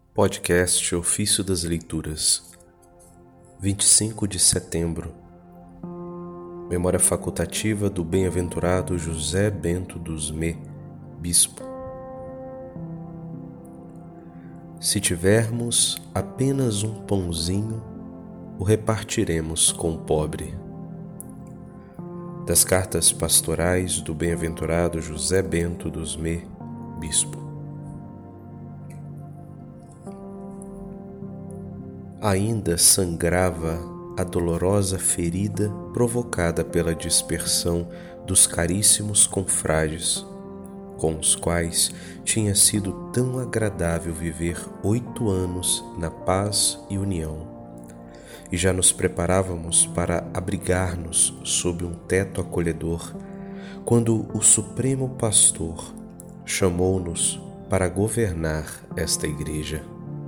Podcast Ofício das Leituras, 25 de setembro. Memória facultativa do bem-aventurado José Bento dos Mê, Bispo. Se tivermos apenas um pãozinho, o repartiremos com o pobre. Das cartas pastorais do bem-aventurado José Bento dos Mê, Bispo. Ainda sangrava a dolorosa ferida provocada pela dispersão dos caríssimos confrades, com os quais tinha sido tão agradável viver 8 anos na paz e união, e já nos preparávamos para abrigar-nos sob um teto acolhedor, quando o Supremo Pastor chamou-nos para governar esta igreja.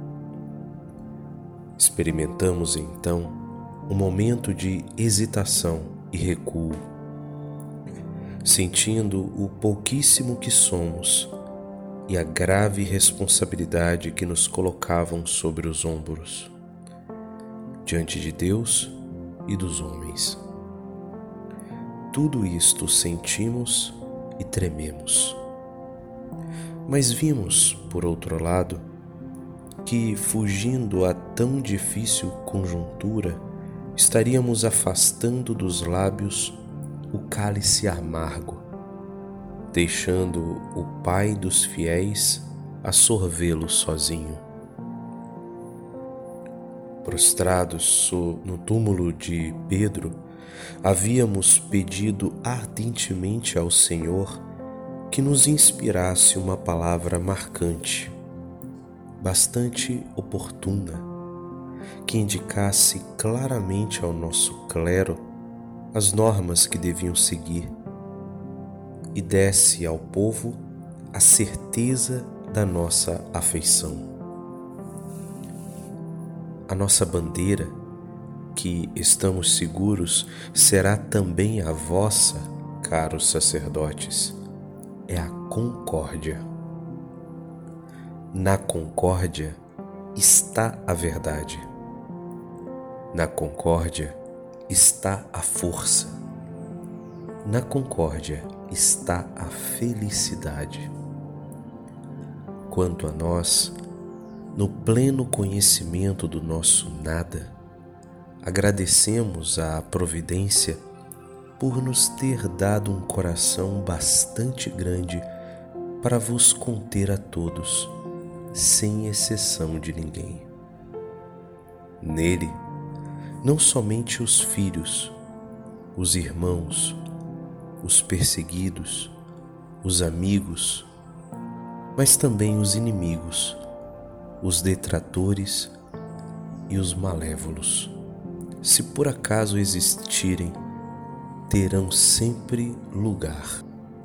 Experimentamos então um momento de hesitação e recuo, sentindo o pouquíssimo que somos e a grave responsabilidade que nos colocavam sobre os ombros, diante de Deus e dos homens. Tudo isto sentimos e trememos. Mas vimos, por outro lado, que, fugindo a tão difícil conjuntura, estaríamos afastando dos lábios o cálice amargo, deixando o Pai dos fiéis a sorvê-lo sozinho. Prostrados no túmulo de Pedro, havíamos pedido ardentemente ao Senhor que nos inspirasse uma palavra marcante, bastante oportuna, que indicasse claramente ao nosso clero as normas que deviam seguir e desse ao povo a certeza da nossa afeição. A nossa bandeira, que estamos seguros será também a vossa, caros sacerdotes, é a concórdia. Na concórdia está a verdade. Na concórdia está a força. Na concórdia está a felicidade. Quanto a nós, no pleno conhecimento do nosso nada, agradecemos à providência por nos ter dado um coração bastante grande para vos conter a todos, sem exceção de ninguém. Nele, não somente os filhos, os irmãos, os perseguidos, os amigos, mas também os inimigos, os detratores e os malévolos, se por acaso existirem, terão sempre lugar.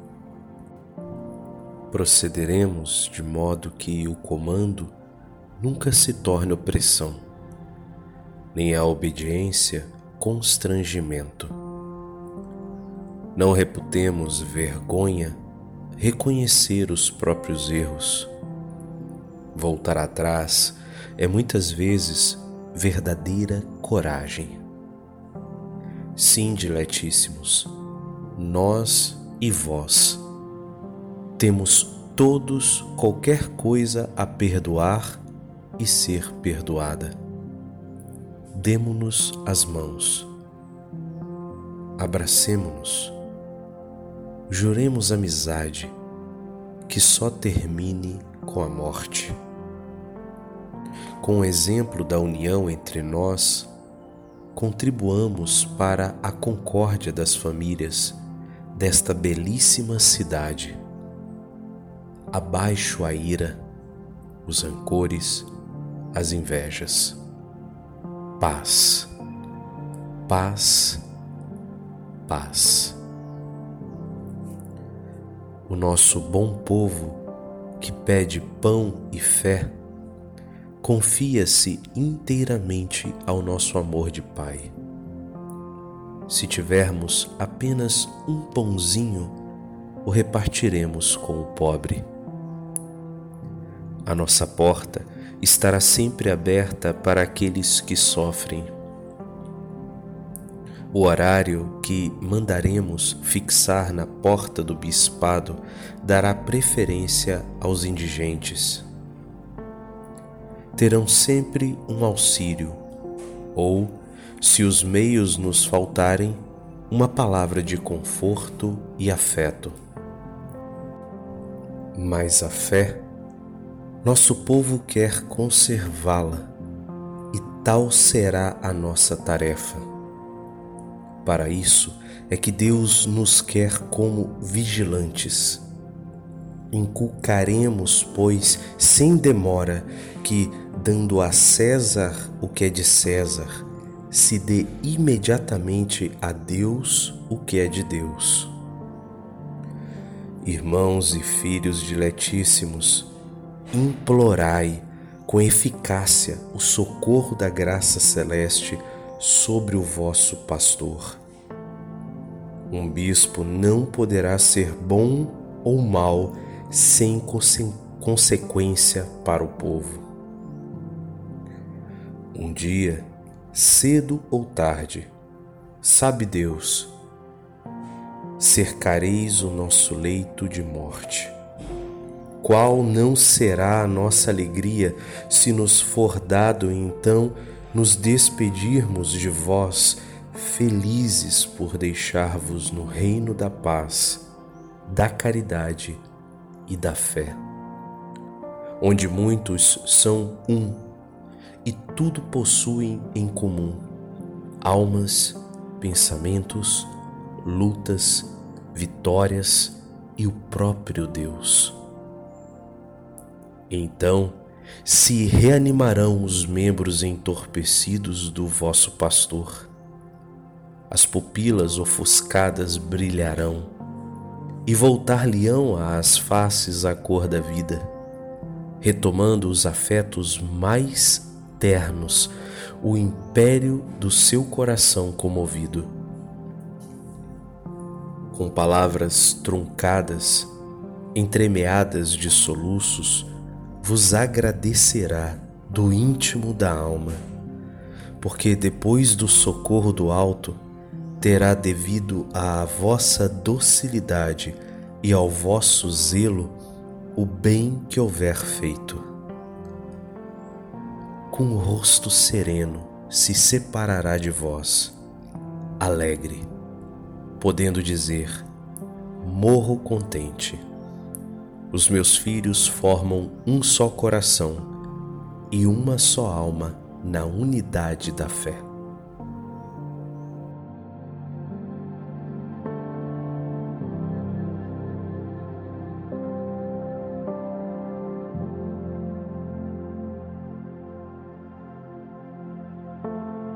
Procederemos de modo que o comando nunca se torne opressão, nem a obediência constrangimento. Não reputemos vergonha reconhecer os próprios erros. Voltar atrás é muitas vezes verdadeira coragem. Sim, diletíssimos, nós e vós temos todos qualquer coisa a perdoar e ser perdoada. Demo-nos as mãos, abracemo-nos, juremos amizade que só termine com a morte. Com o exemplo da união entre nós, contribuamos para a concórdia das famílias desta belíssima cidade. Abaixo a ira, os rancores, as invejas. Paz, paz, paz. O nosso bom povo, que pede pão e fé, confia-se inteiramente ao nosso amor de Pai. Se tivermos apenas um pãozinho, o repartiremos com o pobre. A nossa porta estará sempre aberta para aqueles que sofrem. O horário que mandaremos fixar na porta do bispado dará preferência aos indigentes. Terão sempre um auxílio, ou, se os meios nos faltarem, uma palavra de conforto e afeto. Mas a fé, nosso povo quer conservá-la, e tal será a nossa tarefa. Para isso é que Deus nos quer como vigilantes. Inculcaremos, pois, sem demora, que, dando a César o que é de César, se dê imediatamente a Deus o que é de Deus. Irmãos e filhos diletíssimos, implorai com eficácia o socorro da graça celeste sobre o vosso pastor. Um bispo não poderá ser bom ou mau sem consequência para o povo. Um dia, cedo ou tarde, sabe Deus, cercareis o nosso leito de morte. Qual não será a nossa alegria se nos for dado então nos despedirmos de vós, felizes por deixar-vos no reino da paz, da caridade e da fé, onde muitos são um e tudo possuem em comum: almas, pensamentos, lutas, vitórias e o próprio Deus. Então se reanimarão os membros entorpecidos do vosso pastor, as pupilas ofuscadas brilharão, e voltar-lhe-ão às faces a cor da vida, retomando os afetos mais ternos, o império do seu coração comovido. Com palavras truncadas, entremeadas de soluços, vos agradecerá do íntimo da alma, porque depois do socorro do alto, terá devido à vossa docilidade e ao vosso zelo o bem que houver feito. Com o rosto sereno se separará de vós, alegre, podendo dizer: morro contente. Os meus filhos formam um só coração e uma só alma na unidade da fé.